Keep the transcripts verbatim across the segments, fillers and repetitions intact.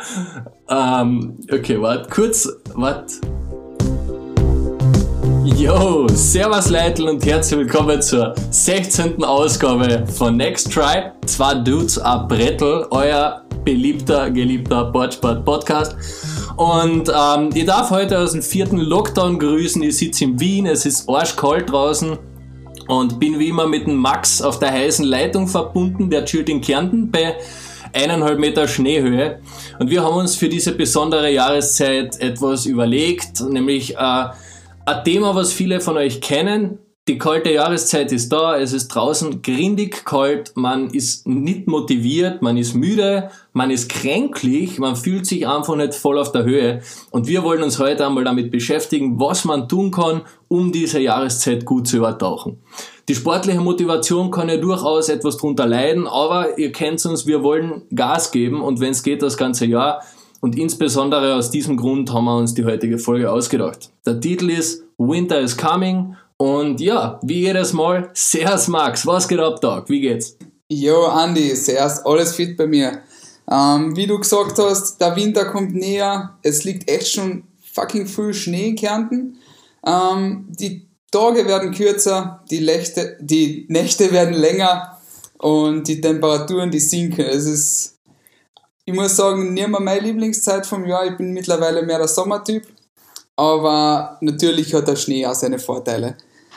ähm, okay, warte, kurz, warte. Yo, servus Leute und herzlich willkommen zur sechzehnten Ausgabe von Next Try. Zwei Dudes, ein Brettel, euer beliebter, geliebter Boardsport-Podcast. Und ähm, ich darf heute aus dem vierten Lockdown grüßen. Ich sitze in Wien, es ist arschkalt draußen und bin wie immer mit dem Max auf der heißen Leitung verbunden. Der chillt in Kärnten bei eineinhalb Meter Schneehöhe. Und wir haben uns für diese besondere Jahreszeit etwas überlegt, nämlich äh, ein Thema, was viele von euch kennen. Die kalte Jahreszeit ist da, es ist draußen grindig kalt, man ist nicht motiviert, man ist müde, man ist kränklich, man fühlt sich einfach nicht voll auf der Höhe. Und wir wollen uns heute einmal damit beschäftigen, was man tun kann, um diese Jahreszeit gut zu übertauchen. Die sportliche Motivation kann ja durchaus etwas drunter leiden, aber ihr kennt uns, wir wollen Gas geben und wenn es geht, das ganze Jahr. Und insbesondere aus diesem Grund haben wir uns die heutige Folge ausgedacht. Der Titel ist Winter is Coming und ja, wie jedes Mal, Servus Max, was geht ab, Tag? Wie geht's? Jo Andi, servus, alles fit bei mir. Ähm, wie du gesagt hast, der Winter kommt näher, es liegt echt schon fucking viel Schnee in Kärnten. Ähm, die Tage werden kürzer, die, Nächte, die Nächte werden länger und die Temperaturen, die sinken. Es ist... Ich muss sagen, nicht mehr meine Lieblingszeit vom Jahr. Ich bin mittlerweile mehr der Sommertyp. Aber natürlich hat der Schnee auch seine Vorteile.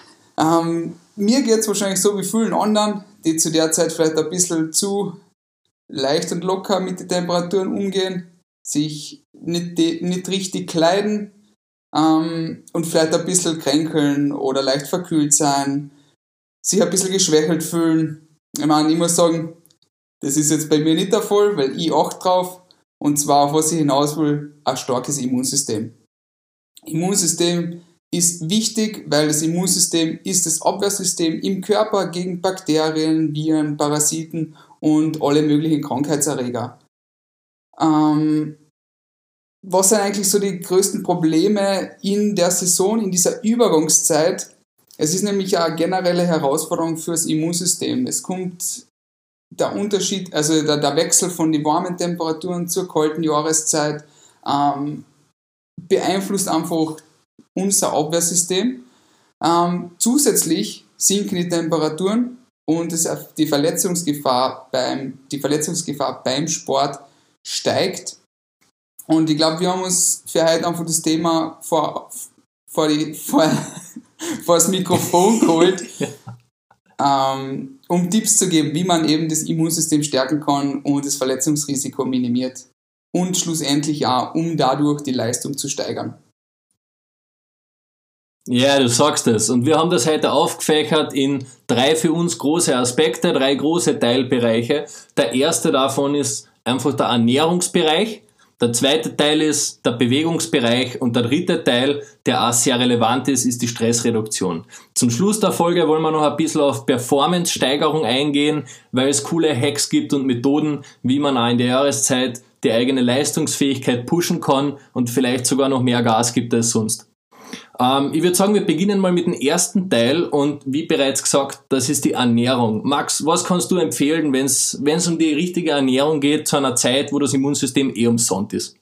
Ähm, mir geht es wahrscheinlich so wie vielen anderen, die zu der Zeit vielleicht ein bisschen zu leicht und locker mit den Temperaturen umgehen, sich nicht, de- nicht richtig kleiden ähm, und vielleicht ein bisschen kränkeln oder leicht verkühlt sein, sich ein bisschen geschwächelt fühlen. Ich meine, ich muss sagen, das ist jetzt bei mir nicht der Fall, weil ich achte drauf, und zwar auf was ich hinaus will, ein starkes Immunsystem. Immunsystem ist wichtig, weil das Immunsystem ist das Abwehrsystem im Körper gegen Bakterien, Viren, Parasiten und alle möglichen Krankheitserreger. Ähm, was sind eigentlich so die größten Probleme in der Saison, in dieser Übergangszeit? Es ist nämlich eine generelle Herausforderung fürs Immunsystem. Es kommt der Unterschied, also der, der Wechsel von den warmen Temperaturen zur kalten Jahreszeit ähm, beeinflusst einfach unser Abwehrsystem. Ähm, zusätzlich sinken die Temperaturen und es, die, Verletzungsgefahr beim, die Verletzungsgefahr beim Sport steigt. Und ich glaube, wir haben uns für heute einfach das Thema vor, vor, die, vor, vor das Mikrofon geholt. Ähm, um Tipps zu geben, wie man eben das Immunsystem stärken kann und das Verletzungsrisiko minimiert. Und schlussendlich auch, um dadurch die Leistung zu steigern. Ja, du sagst es. Und wir haben das heute aufgefächert in drei für uns große Aspekte, drei große Teilbereiche. Der erste davon ist einfach der Ernährungsbereich. Der zweite Teil ist der Bewegungsbereich und der dritte Teil, der auch sehr relevant ist, ist die Stressreduktion. Zum Schluss der Folge wollen wir noch ein bisschen auf Performance-Steigerung eingehen, weil es coole Hacks gibt und Methoden, wie man auch in der Jahreszeit die eigene Leistungsfähigkeit pushen kann und vielleicht sogar noch mehr Gas gibt als sonst. Ähm, ich würde sagen, wir beginnen mal mit dem ersten Teil und wie bereits gesagt, das ist die Ernährung. Max, was kannst du empfehlen, wenn es um die richtige Ernährung geht, zu einer Zeit, wo das Immunsystem eh umsonnt ist?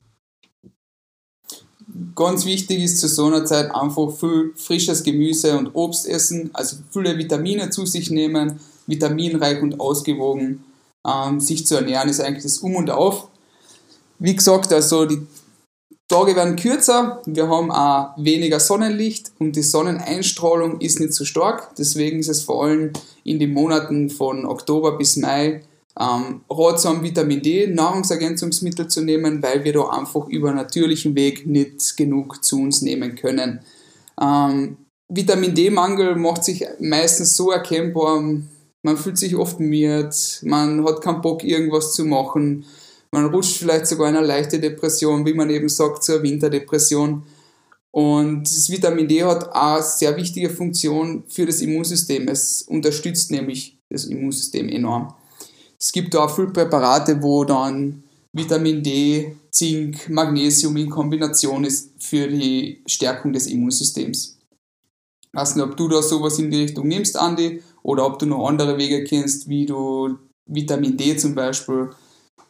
Ganz wichtig ist zu so einer Zeit einfach viel frisches Gemüse und Obst essen, also viele Vitamine zu sich nehmen, vitaminreich und ausgewogen ähm, sich zu ernähren, ist eigentlich das Um und Auf. Wie gesagt, also die Tage werden kürzer, wir haben auch weniger Sonnenlicht und die Sonneneinstrahlung ist nicht so stark, deswegen ist es vor allem in den Monaten von Oktober bis Mai ähm, ratsam, Vitamin D Nahrungsergänzungsmittel zu nehmen, weil wir da einfach über natürlichen Weg nicht genug zu uns nehmen können. Ähm, Vitamin D-Mangel macht sich meistens so erkennbar, man fühlt sich oft müde, man hat keinen Bock irgendwas zu machen, man rutscht vielleicht sogar in eine leichte Depression, wie man eben sagt, zur Winterdepression. Und das Vitamin D hat auch eine sehr wichtige Funktion für das Immunsystem. Es unterstützt nämlich das Immunsystem enorm. Es gibt auch viele Präparate, wo dann Vitamin D, Zink, Magnesium in Kombination ist für die Stärkung des Immunsystems. Ich weiß nicht, ob du da sowas in die Richtung nimmst, Andi, oder ob du noch andere Wege kennst, wie du Vitamin D zum Beispiel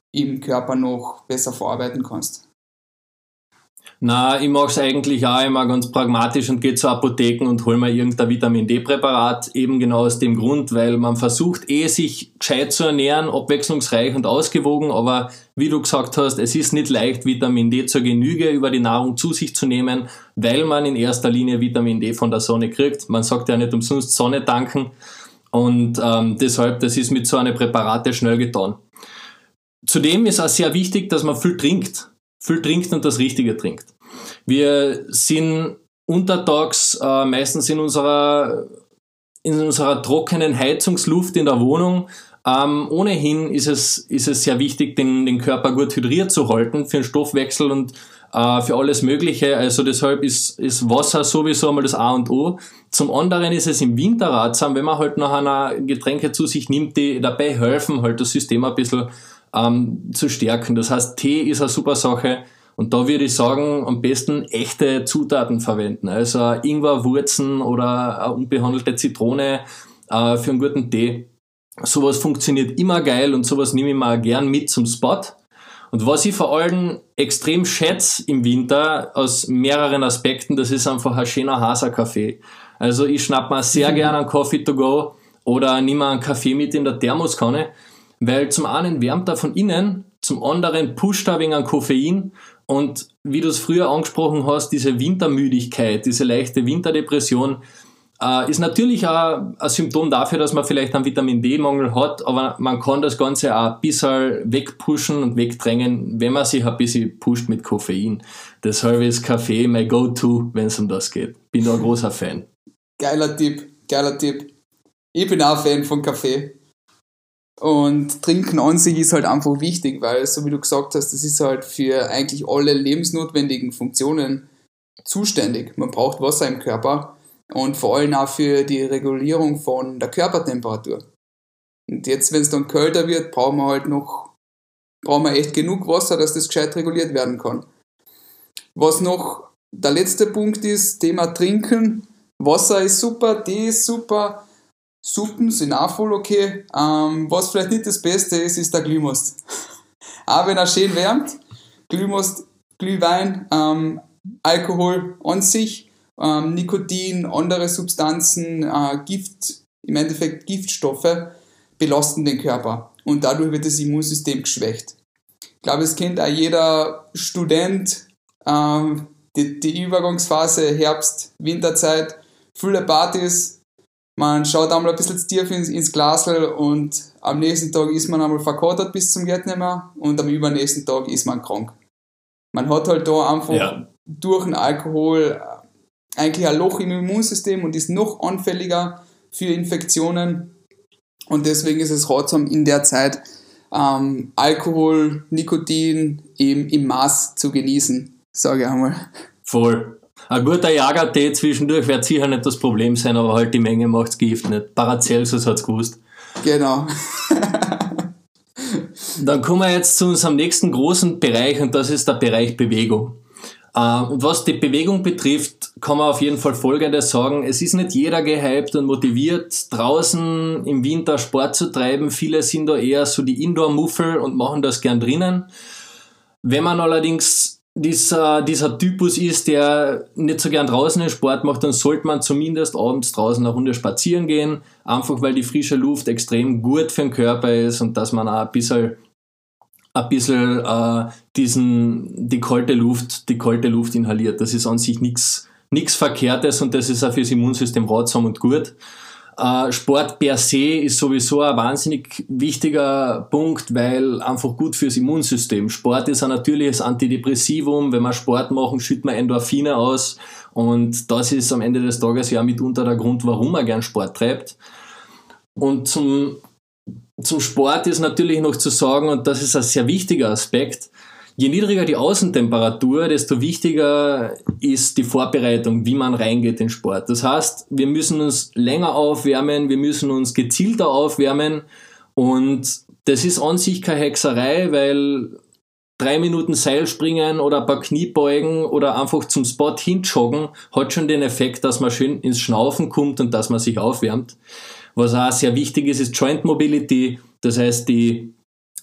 im Körper noch besser verarbeiten kannst? Na, ich mache es eigentlich auch immer ganz pragmatisch und gehe zur Apotheken und hole mir irgendein Vitamin-D-Präparat, eben genau aus dem Grund, weil man versucht eh, sich gescheit zu ernähren, abwechslungsreich und ausgewogen, aber wie du gesagt hast, es ist nicht leicht, Vitamin D zur Genüge über die Nahrung zu sich zu nehmen, weil man in erster Linie Vitamin D von der Sonne kriegt. Man sagt ja nicht umsonst Sonne tanken und ähm, deshalb, das ist mit so einem Präparate schnell getan. Zudem ist auch sehr wichtig, dass man viel trinkt. viel trinkt und das Richtige trinkt. Wir sind untertags äh, meistens in unserer, in unserer trockenen Heizungsluft in der Wohnung. Ähm, ohnehin ist es, ist es sehr wichtig, den, den Körper gut hydriert zu halten für den Stoffwechsel und äh, für alles Mögliche. Also deshalb ist, ist Wasser sowieso einmal das A und O. Zum anderen ist es im Winter ratsam, wenn man halt noch einer Getränke zu sich nimmt, die dabei helfen, halt das System ein bisschen Ähm, zu stärken. Das heißt, Tee ist eine super Sache und da würde ich sagen, am besten echte Zutaten verwenden. Also Ingwerwurzen oder eine unbehandelte Zitrone äh, für einen guten Tee. Sowas funktioniert immer geil und sowas nehme ich mir auch gern mit zum Spot. Und was ich vor allem extrem schätze im Winter aus mehreren Aspekten, das ist einfach ein schöner Haserkaffee. Also ich schnapp mir sehr gerne einen Coffee to go oder nehme einen Kaffee mit in der Thermoskanne. Weil zum einen wärmt er von innen, zum anderen pusht er wegen an Koffein und wie du es früher angesprochen hast, diese Wintermüdigkeit, diese leichte Winterdepression äh, ist natürlich auch ein Symptom dafür, dass man vielleicht einen Vitamin-D-Mangel hat, aber man kann das Ganze auch ein bisschen wegpushen und wegdrängen, wenn man sich ein bisschen pusht mit Koffein. Deshalb ist Kaffee mein Go-To, wenn es um das geht. Bin da ein großer Fan. Geiler Tipp, geiler Tipp. Ich bin auch Fan von Kaffee. Und Trinken an sich ist halt einfach wichtig, weil, so wie du gesagt hast, das ist halt für eigentlich alle lebensnotwendigen Funktionen zuständig. Man braucht Wasser im Körper und vor allem auch für die Regulierung von der Körpertemperatur. Und jetzt, wenn es dann kälter wird, brauchen wir halt noch, brauchen wir echt genug Wasser, dass das gescheit reguliert werden kann. Was noch der letzte Punkt ist, Thema Trinken. Wasser ist super, Tee ist super, Suppen sind auch voll okay. Ähm, was vielleicht nicht das Beste ist, ist der Glühmost. Auch wenn er schön wärmt, Glühmost, Glühwein, ähm, Alkohol an sich, ähm, Nikotin, andere Substanzen, äh, Gift, im Endeffekt Giftstoffe, belasten den Körper und dadurch wird das Immunsystem geschwächt. Ich glaube, es kennt auch jeder Student, ähm, die, die Übergangsphase Herbst, Winterzeit, viele Partys. Man schaut einmal ein bisschen zu tief ins, ins Glasl und am nächsten Tag ist man einmal verkatert bis zum geht nicht mehr und am übernächsten Tag ist man krank. Man hat halt da einfach ja. durch den Alkohol eigentlich ein Loch im Immunsystem und ist noch anfälliger für Infektionen und deswegen ist es ratsam in der Zeit ähm, Alkohol, Nikotin im, im Maß zu genießen, sage ich einmal. Voll. Ein guter Jagertee zwischendurch wird sicher nicht das Problem sein, aber halt die Menge macht's Gift nicht. Paracelsus hat's gewusst. Genau. Dann kommen wir jetzt zu unserem nächsten großen Bereich und das ist der Bereich Bewegung. Und was die Bewegung betrifft, kann man auf jeden Fall Folgendes sagen. Es ist nicht jeder gehypt und motiviert, draußen im Winter Sport zu treiben. Viele sind da eher so die Indoor-Muffel und machen das gern drinnen. Wenn man allerdings dieser, dieser Typus ist, der nicht so gern draußen den Sport macht, dann sollte man zumindest abends draußen eine Runde spazieren gehen, einfach weil die frische Luft extrem gut für den Körper ist und dass man auch ein bisschen, ein bisschen äh, diesen, die kalte Luft, die kalte Luft inhaliert. Das ist an sich nichts nichts Verkehrtes und das ist auch fürs Immunsystem ratsam und gut. Äh, Sport per se ist sowieso ein wahnsinnig wichtiger Punkt, weil einfach gut fürs Immunsystem. Sport ist ein natürliches Antidepressivum. Wenn wir Sport machen, schütten wir Endorphine aus und das ist am Ende des Tages ja mitunter der Grund, warum man gern Sport treibt. Und zum, zum Sport ist natürlich noch zu sagen, und das ist ein sehr wichtiger Aspekt, je niedriger die Außentemperatur, desto wichtiger ist die Vorbereitung, wie man reingeht in Sport. Das heißt, wir müssen uns länger aufwärmen, wir müssen uns gezielter aufwärmen und das ist an sich keine Hexerei, weil drei Minuten Seilspringen oder ein paar Kniebeugen oder einfach zum Spot hinjoggen hat schon den Effekt, dass man schön ins Schnaufen kommt und dass man sich aufwärmt. Was auch sehr wichtig ist, ist Joint Mobility, das heißt die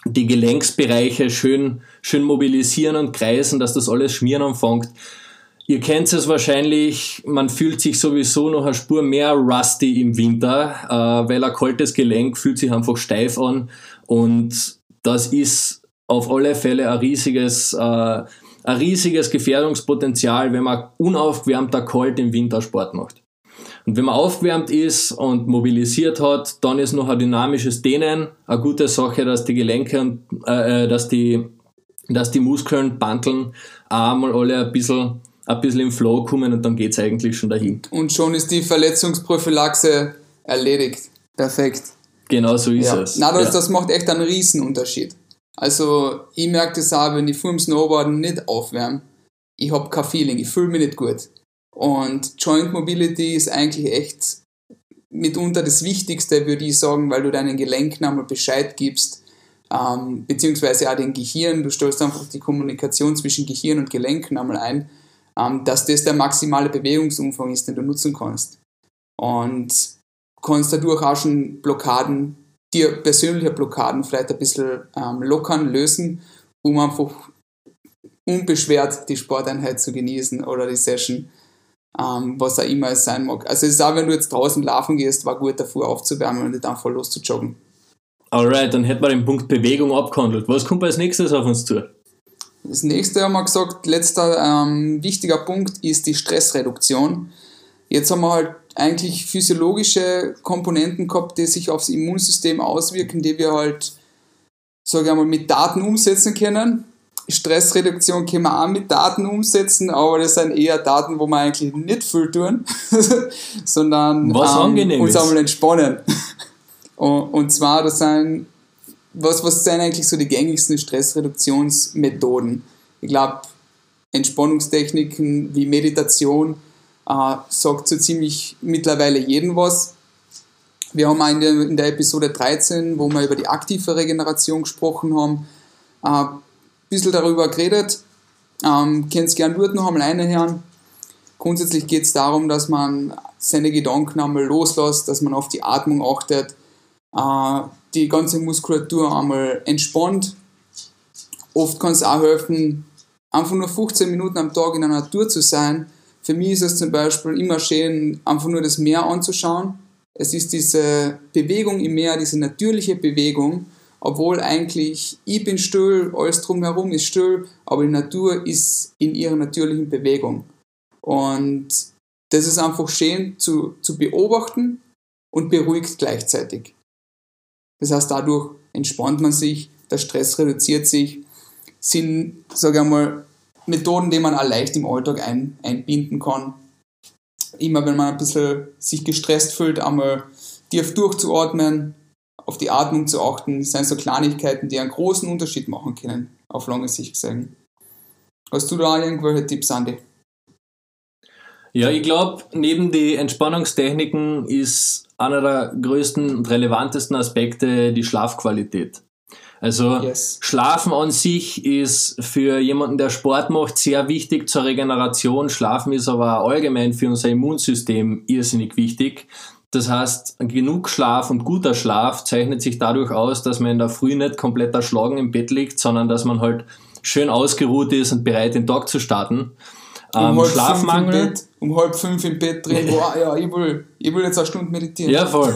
die Gelenksbereiche schön, schön mobilisieren und kreisen, dass das alles schmieren anfängt. Ihr kennt es wahrscheinlich, man fühlt sich sowieso noch eine Spur mehr rusty im Winter, äh, weil ein kaltes Gelenk fühlt sich einfach steif an und das ist auf alle Fälle ein riesiges, äh, ein riesiges Gefährdungspotenzial, wenn man unaufgewärmter kalt im Winter Sport macht. Und wenn man aufgewärmt ist und mobilisiert hat, dann ist noch ein dynamisches Dehnen eine gute Sache, dass die Gelenke und äh, dass die, dass die Muskeln bandeln, auch mal alle ein bisschen, ein bisschen im Flow kommen und dann geht's eigentlich schon dahin. Und schon ist die Verletzungsprophylaxe erledigt. Perfekt. Genau so ist ja. es. Na, das, ja. das macht echt einen Riesenunterschied. Also ich merke das auch, wenn ich vor dem Snowboarden nicht aufwärme, ich habe kein Feeling, ich fühle mich nicht gut. Und Joint Mobility ist eigentlich echt mitunter das Wichtigste, würde ich sagen, weil du deinen Gelenken einmal Bescheid gibst, ähm, beziehungsweise auch den Gehirn, du stellst einfach die Kommunikation zwischen Gehirn und Gelenken einmal ein, ähm, dass das der maximale Bewegungsumfang ist, den du nutzen kannst. Und kannst dadurch auch schon Blockaden, dir persönliche Blockaden vielleicht ein bisschen ähm, lockern, lösen, um einfach unbeschwert die Sporteinheit zu genießen oder die Session. Um, was auch immer es sein mag. Also es ist auch, wenn du jetzt draußen laufen gehst, war gut davor aufzuwärmen und nicht einfach loszujoggen. Alright, dann hätten wir den Punkt Bewegung abgehandelt. Was kommt als nächstes auf uns zu? Das nächste haben wir gesagt, letzter ähm, wichtiger Punkt ist die Stressreduktion. Jetzt haben wir halt eigentlich physiologische Komponenten gehabt, die sich aufs Immunsystem auswirken, die wir halt, sage ich einmal, mit Daten umsetzen können. Stressreduktion können wir auch mit Daten umsetzen, aber das sind eher Daten, wo wir eigentlich nicht viel tun, sondern was ähm, angenehm uns ist. einmal entspannen. und, und zwar, das sind, was, was sind eigentlich so die gängigsten Stressreduktionsmethoden? Ich glaube, Entspannungstechniken wie Meditation äh, sagt so ziemlich mittlerweile jedem was. Wir haben auch in der, in der Episode dreizehn, wo wir über die aktive Regeneration gesprochen haben, äh, ein bisschen darüber geredet. Ähm, könnt ihr gerne dort noch einmal reinhören. Grundsätzlich geht es darum, dass man seine Gedanken einmal loslässt, dass man auf die Atmung achtet, äh, die ganze Muskulatur einmal entspannt. Oft kann es auch helfen, einfach nur fünfzehn Minuten am Tag in der Natur zu sein. Für mich ist es zum Beispiel immer schön, einfach nur das Meer anzuschauen. Es ist diese Bewegung im Meer, diese natürliche Bewegung, obwohl eigentlich ich bin still, alles drumherum ist still, aber die Natur ist in ihrer natürlichen Bewegung. Und das ist einfach schön zu, zu beobachten und beruhigt gleichzeitig. Das heißt, dadurch entspannt man sich, der Stress reduziert sich, sind, sage ich einmal, Methoden, die man auch leicht im Alltag ein, einbinden kann. Immer wenn man ein bisschen sich gestresst fühlt, einmal tief durchzuatmen, auf die Atmung zu achten, das sind so Kleinigkeiten, die einen großen Unterschied machen können, auf lange Sicht gesehen. Hast du da auch irgendwelche Tipps, Andi? Ja, ich glaube, neben die Entspannungstechniken ist einer der größten und relevantesten Aspekte die Schlafqualität. Also yes. Schlafen an sich ist für jemanden, der Sport macht, sehr wichtig zur Regeneration. Schlafen ist aber auch allgemein für unser Immunsystem irrsinnig wichtig. Das heißt, genug Schlaf und guter Schlaf zeichnet sich dadurch aus, dass man in der Früh nicht komplett erschlagen im Bett liegt, sondern dass man halt schön ausgeruht ist und bereit, den Tag zu starten. Um, ähm, halb Schlafmangel. Fünf im Bett, um halb fünf im Bett drin, boah, ja, ich will, ich will jetzt eine Stunde meditieren. Ja, voll.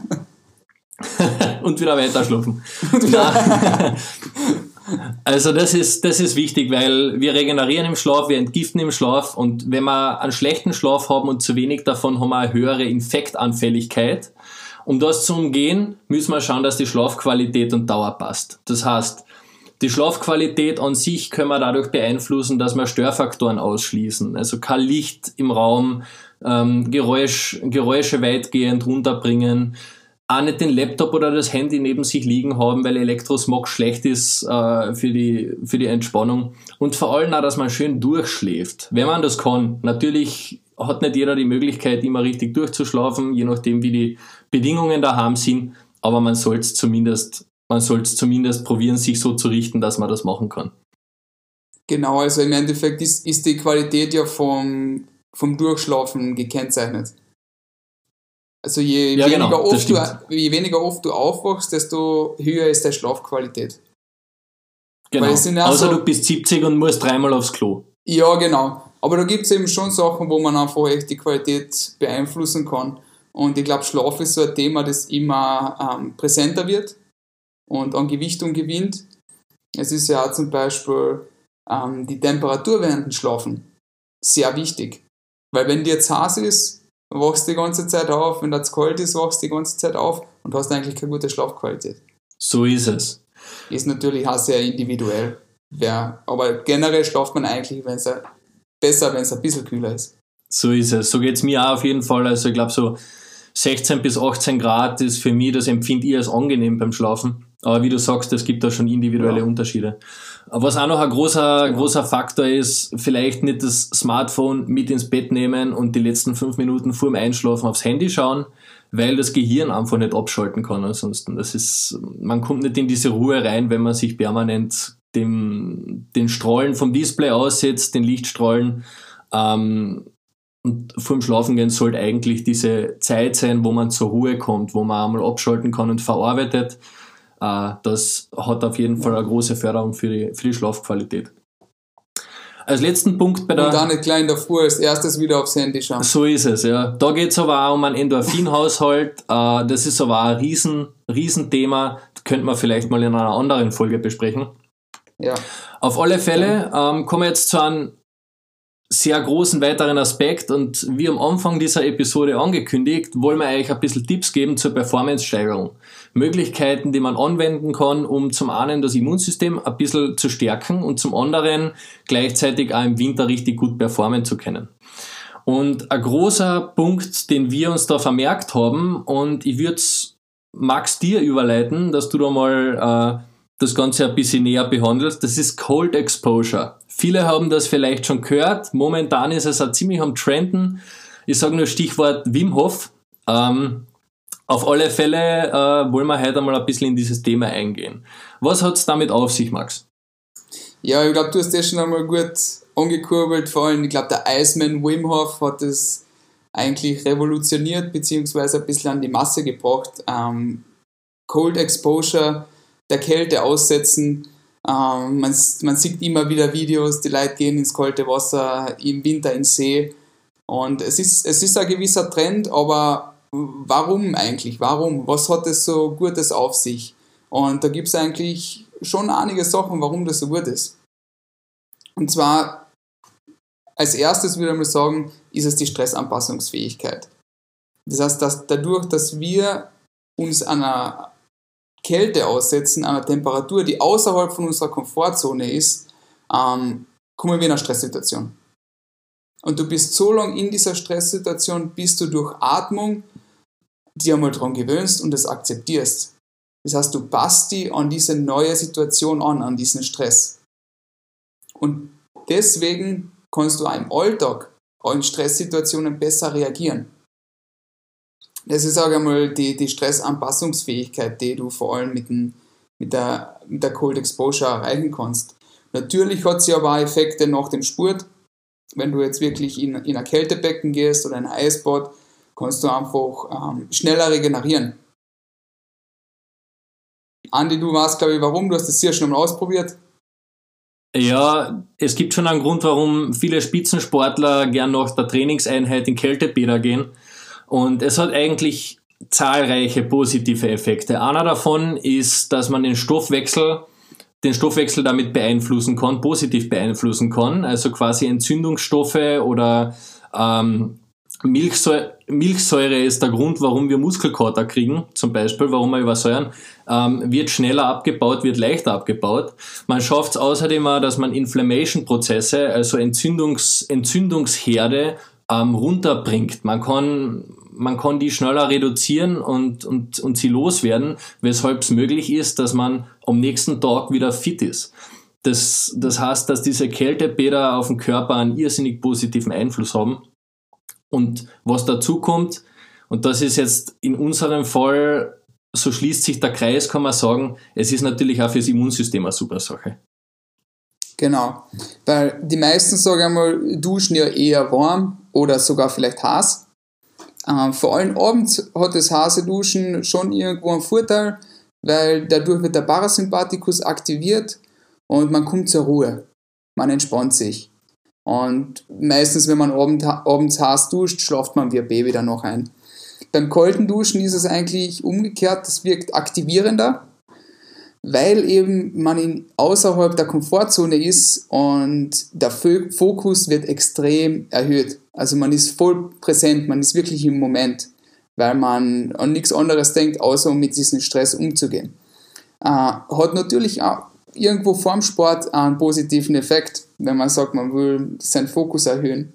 Und wieder weiter schlafen. Nein. Also das ist, das ist wichtig, weil wir regenerieren im Schlaf, wir entgiften im Schlaf und wenn wir einen schlechten Schlaf haben und zu wenig davon, haben wir eine höhere Infektanfälligkeit. Um das zu umgehen, müssen wir schauen, dass die Schlafqualität und Dauer passt. Das heißt, die Schlafqualität an sich können wir dadurch beeinflussen, dass wir Störfaktoren ausschließen. Also kein Licht im Raum, ähm, Geräusch, Geräusche weitgehend runterbringen, auch nicht den Laptop oder das Handy neben sich liegen haben, weil Elektrosmog schlecht ist äh, für die, für die Entspannung. Und vor allem auch, dass man schön durchschläft, wenn man das kann. Natürlich hat nicht jeder die Möglichkeit, immer richtig durchzuschlafen, je nachdem, wie die Bedingungen daheim sind, aber man soll es zumindest, man soll es zumindest probieren, sich so zu richten, dass man das machen kann. Genau, also im Endeffekt ist, ist die Qualität ja vom, vom Durchschlafen gekennzeichnet. Also je, ja, weniger genau, oft du, je weniger oft du aufwachst, desto höher ist deine Schlafqualität. Genau. Weil es sind ja Außer so, du bist siebzig und musst dreimal aufs Klo. Ja, genau. Aber da gibt es eben schon Sachen, wo man einfach echt die Qualität beeinflussen kann. Und ich glaube, Schlaf ist so ein Thema, das immer ähm, präsenter wird und an Gewichtung gewinnt. Es ist ja auch zum Beispiel ähm, die Temperatur während dem Schlafen sehr wichtig. Weil wenn dir jetzt heiß ist, wachst du die ganze Zeit auf, wenn es kalt ist, wachst du die ganze Zeit auf und hast eigentlich keine gute Schlafqualität. So ist es. Ist natürlich auch sehr individuell. Ja, aber generell schlaft man eigentlich, wenn es besser, wenn es ein bisschen kühler ist. So ist es. So geht es mir auch auf jeden Fall. Also ich glaube so sechzehn bis achtzehn Grad ist für mich, das empfinde ich als angenehm beim Schlafen. Aber wie du sagst, es gibt da schon individuelle ja. Unterschiede. Was auch noch ein großer, ja. großer Faktor ist, vielleicht nicht das Smartphone mit ins Bett nehmen und die letzten fünf Minuten vor dem Einschlafen aufs Handy schauen, weil das Gehirn einfach nicht abschalten kann ansonsten. Das ist, man kommt nicht in diese Ruhe rein, wenn man sich permanent dem, den Strahlen vom Display aussetzt, den Lichtstrahlen. Ähm, und vor dem Schlafengehen sollte eigentlich diese Zeit sein, wo man zur Ruhe kommt, wo man einmal abschalten kann und verarbeitet. Uh, das hat auf jeden Fall eine große Förderung für die, für die Schlafqualität. Als letzten Punkt bei der... Und dann nicht gleich in der Früh als erstes wieder aufs Handy schauen. So ist es, ja. Da geht es aber auch um einen Endorphinhaushalt. uh, das ist aber auch ein riesen, riesen Thema. Das könnte man vielleicht mal in einer anderen Folge besprechen. Ja. Auf alle Fälle ähm, kommen wir jetzt zu einem sehr großen weiteren Aspekt und wie am Anfang dieser Episode angekündigt, wollen wir euch ein bisschen Tipps geben zur Performance-Steigerung. Möglichkeiten, die man anwenden kann, um zum einen das Immunsystem ein bisschen zu stärken und zum anderen gleichzeitig auch im Winter richtig gut performen zu können. Und ein großer Punkt, den wir uns da vermerkt haben, und ich würde es Max dir überleiten, dass du da mal äh, das Ganze ein bisschen näher behandelst, das ist Cold Exposure. Viele haben das vielleicht schon gehört, momentan ist es auch ziemlich am Trenden. Ich sage nur Stichwort Wim Hof. Ähm, auf alle Fälle äh, wollen wir heute mal ein bisschen in dieses Thema eingehen. Was hat es damit auf sich, Max? Ja, ich glaube, du hast das schon einmal gut angekurbelt. Vor allem, ich glaube, der Iceman Wim Hof hat das eigentlich revolutioniert, beziehungsweise ein bisschen an die Masse gebracht. Ähm, Cold Exposure, der Kälte aussetzen. Ähm, man, man sieht immer wieder Videos, die Leute gehen ins kalte Wasser, im Winter ins See. Und es ist, es ist ein gewisser Trend, aber warum eigentlich? Warum? Was hat es so Gutes auf sich? Und da gibt es eigentlich schon einige Sachen, warum das so gut ist. Und zwar, als erstes würde ich mal sagen, ist es die Stressanpassungsfähigkeit. Das heißt, dass dadurch, dass wir uns einer Kälte aussetzen, einer Temperatur, die außerhalb von unserer Komfortzone ist, ähm, kommen wir in eine Stresssituation. Und du bist so lange in dieser Stresssituation, bis du durch Atmung dir einmal daran gewöhnst und es akzeptierst. Das heißt, du passt dich an diese neue Situation an, an diesen Stress. Und deswegen kannst du auch im Alltag auch in Stresssituationen besser reagieren. Das ist, sage ich mal, die, die Stressanpassungsfähigkeit, die du vor allem mit, dem, mit, der, mit der Cold Exposure erreichen kannst. Natürlich hat sie aber auch Effekte nach dem Sport. Wenn du jetzt wirklich in, in ein Kältebecken gehst oder in ein Eisbad, kannst du einfach ähm, schneller regenerieren. Andi, du weißt, glaube ich, warum. Du hast das hier schon mal ausprobiert. Ja, es gibt schon einen Grund, warum viele Spitzensportler gern nach der Trainingseinheit in Kältebäder gehen. Und es hat eigentlich zahlreiche positive Effekte. Einer davon ist, dass man den Stoffwechsel, den Stoffwechsel damit beeinflussen kann, positiv beeinflussen kann. Also quasi Entzündungsstoffe oder ähm, Milchsäure, Milchsäure ist der Grund, warum wir Muskelkater kriegen, zum Beispiel, warum wir übersäuern, ähm, wird schneller abgebaut, wird leichter abgebaut. Man schafft es außerdem auch, dass man Inflammation-Prozesse, also Entzündungs, Entzündungsherde, ähm, runterbringt. Man kann, man kann die schneller reduzieren und, und, und sie loswerden, weshalb es möglich ist, dass man am nächsten Tag wieder fit ist. Das, das heißt, dass diese Kältebäder auf den Körper einen irrsinnig positiven Einfluss haben. Und was dazu kommt, und das ist jetzt in unserem Fall, so schließt sich der Kreis, kann man sagen, es ist natürlich auch fürs Immunsystem eine super Sache. Genau, weil die meisten, sagen einmal, duschen ja eher warm oder sogar vielleicht heiß. Ähm, vor allem abends hat das heiße Duschen schon irgendwo einen Vorteil, weil dadurch wird der Parasympathikus aktiviert und man kommt zur Ruhe. Man entspannt sich. Und meistens, wenn man abend, abends heiß duscht, schlaft man wie ein Baby dann noch ein. Beim kalten Duschen ist es eigentlich umgekehrt, das wirkt aktivierender, weil eben man in, außerhalb der Komfortzone ist und der Fokus wird extrem erhöht. Also man ist voll präsent, man ist wirklich im Moment, weil man an nichts anderes denkt, außer um mit diesem Stress umzugehen. Äh, hat natürlich auch irgendwo vorm Sport einen positiven Effekt, wenn man sagt, man will seinen Fokus erhöhen.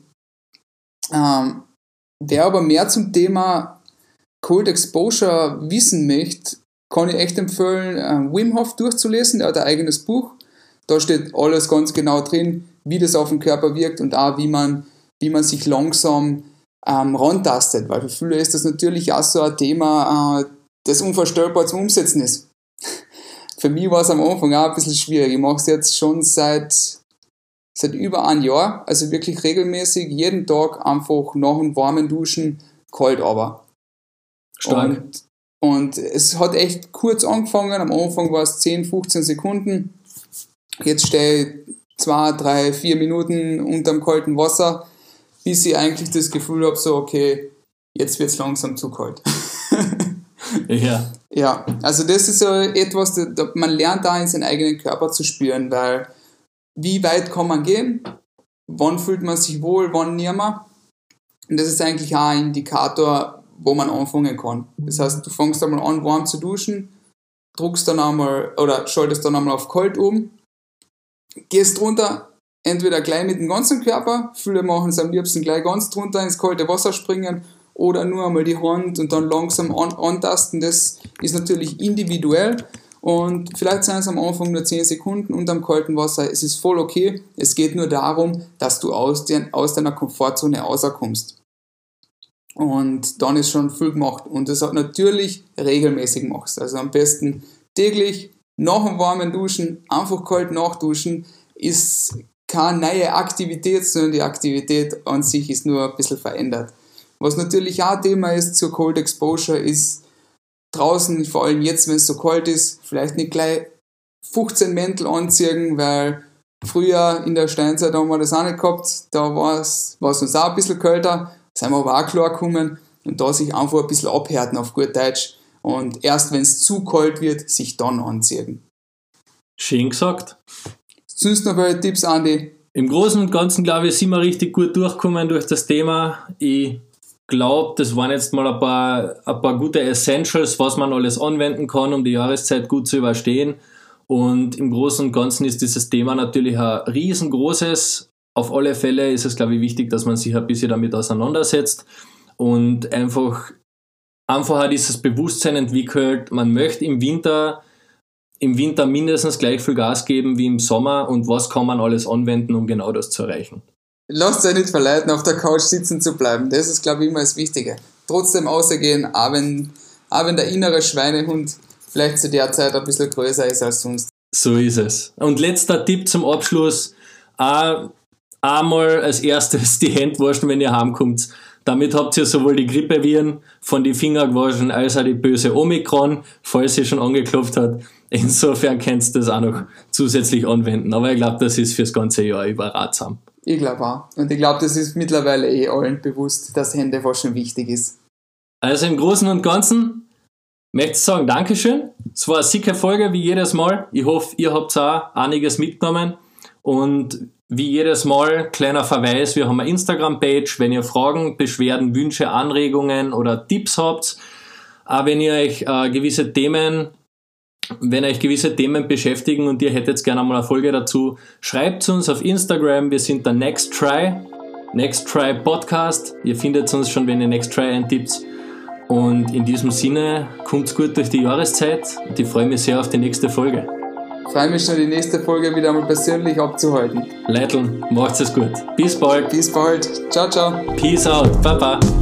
Ähm, wer aber mehr zum Thema Cold Exposure wissen möchte, kann ich echt empfehlen, äh, Wim Hof durchzulesen. Der hat ein eigenes Buch. Da steht alles ganz genau drin, wie das auf den Körper wirkt und auch wie man, wie man sich langsam ähm, rantastet. Weil für viele ist das natürlich auch so ein Thema, äh, das unvorstellbar zum Umsetzen ist. Für mich war es am Anfang auch ein bisschen schwierig. Ich mache es jetzt schon seit, seit über einem Jahr, also wirklich regelmäßig, jeden Tag einfach nach einem warmen Duschen kalt aber. Stark. Und, und es hat echt kurz angefangen. Am Anfang war es zehn, fünfzehn Sekunden. Jetzt stehe ich zwei, drei, vier Minuten unterm kalten Wasser, bis ich eigentlich das Gefühl habe, so okay, jetzt wird es langsam zu kalt. Ja. Ja, also das ist so etwas, da, man lernt da in seinen eigenen Körper zu spüren, weil wie weit kann man gehen, wann fühlt man sich wohl, wann nicht mehr. Und das ist eigentlich auch ein Indikator, wo man anfangen kann. Das heißt, du fängst einmal an, warm zu duschen, druckst dann einmal oder schaltest dann einmal auf kalt um, gehst runter, entweder gleich mit dem ganzen Körper, viele machen es am liebsten gleich ganz drunter ins kalte Wasser springen, oder nur einmal die Hand und dann langsam an, antasten. Das ist natürlich individuell und vielleicht sind es am Anfang nur zehn Sekunden unterm kalten Wasser. Es ist voll okay. Es geht nur darum, dass du aus, den, aus deiner Komfortzone rauskommst. Und dann ist schon viel gemacht. Und das natürlich regelmäßig machst. Also am besten täglich nach dem warmen Duschen, einfach kalt nachduschen, ist keine neue Aktivität, sondern die Aktivität an sich ist nur ein bisschen verändert. Was natürlich auch Thema ist zur Cold Exposure, ist draußen, vor allem jetzt, wenn es so kalt ist, vielleicht nicht gleich fünfzehn Mäntel anziehen, weil früher in der Steinzeit haben wir das auch nicht gehabt, da war es uns auch ein bisschen kälter, sind wir aber auch klar gekommen und da sich einfach ein bisschen abhärten auf gut Deutsch und erst wenn es zu kalt wird, sich dann anziehen. Schön gesagt. Sonst noch welche Tipps, Andi? Im Großen und Ganzen, glaube ich, sind wir richtig gut durchgekommen durch das Thema. Ich glaube, das waren jetzt mal ein paar, ein paar gute Essentials, was man alles anwenden kann, um die Jahreszeit gut zu überstehen. Und im Großen und Ganzen ist dieses Thema natürlich ein riesengroßes. Auf alle Fälle ist es, glaube ich, wichtig, dass man sich ein bisschen damit auseinandersetzt und einfach, einfach auch dieses Bewusstsein entwickelt. Man möchte im Winter, im Winter mindestens gleich viel Gas geben wie im Sommer und was kann man alles anwenden, um genau das zu erreichen. Lasst euch nicht verleiten, auf der Couch sitzen zu bleiben. Das ist, glaube ich, immer das Wichtige. Trotzdem rausgehen, auch wenn, auch wenn der innere Schweinehund vielleicht zu der Zeit ein bisschen größer ist als sonst. So ist es. Und letzter Tipp zum Abschluss. Auch einmal als erstes die Hände waschen, wenn ihr heimkommt. Damit habt ihr sowohl die Grippeviren von den Fingern gewaschen, als auch die böse Omikron, falls sie schon angeklopft hat. Insofern könnt ihr das auch noch zusätzlich anwenden. Aber ich glaube, das ist fürs ganze Jahr über ratsam. Ich glaube auch. Und ich glaube, das ist mittlerweile eh allen bewusst, dass Händewaschen wichtig ist. Also im Großen und Ganzen möchte ich sagen, Dankeschön. Es war eine sicke Folge, wie jedes Mal. Ich hoffe, ihr habt auch einiges mitgenommen. Und wie jedes Mal, kleiner Verweis, wir haben eine Instagram-Page. Wenn ihr Fragen, Beschwerden, Wünsche, Anregungen oder Tipps habt, auch wenn ihr euch äh, gewisse Themen Wenn euch gewisse Themen beschäftigen und ihr hättet gerne mal eine Folge dazu, schreibt uns auf Instagram. Wir sind der Next Try, Next Try Podcast. Ihr findet uns schon, wenn ihr Next Try eintippt. Und in diesem Sinne, kommt's gut durch die Jahreszeit und ich freue mich sehr auf die nächste Folge. Ich freue mich schon, die nächste Folge wieder mal persönlich abzuhalten. Leiteln, macht's es gut. Bis bald. Bis bald. Ciao, ciao. Peace out. Baba.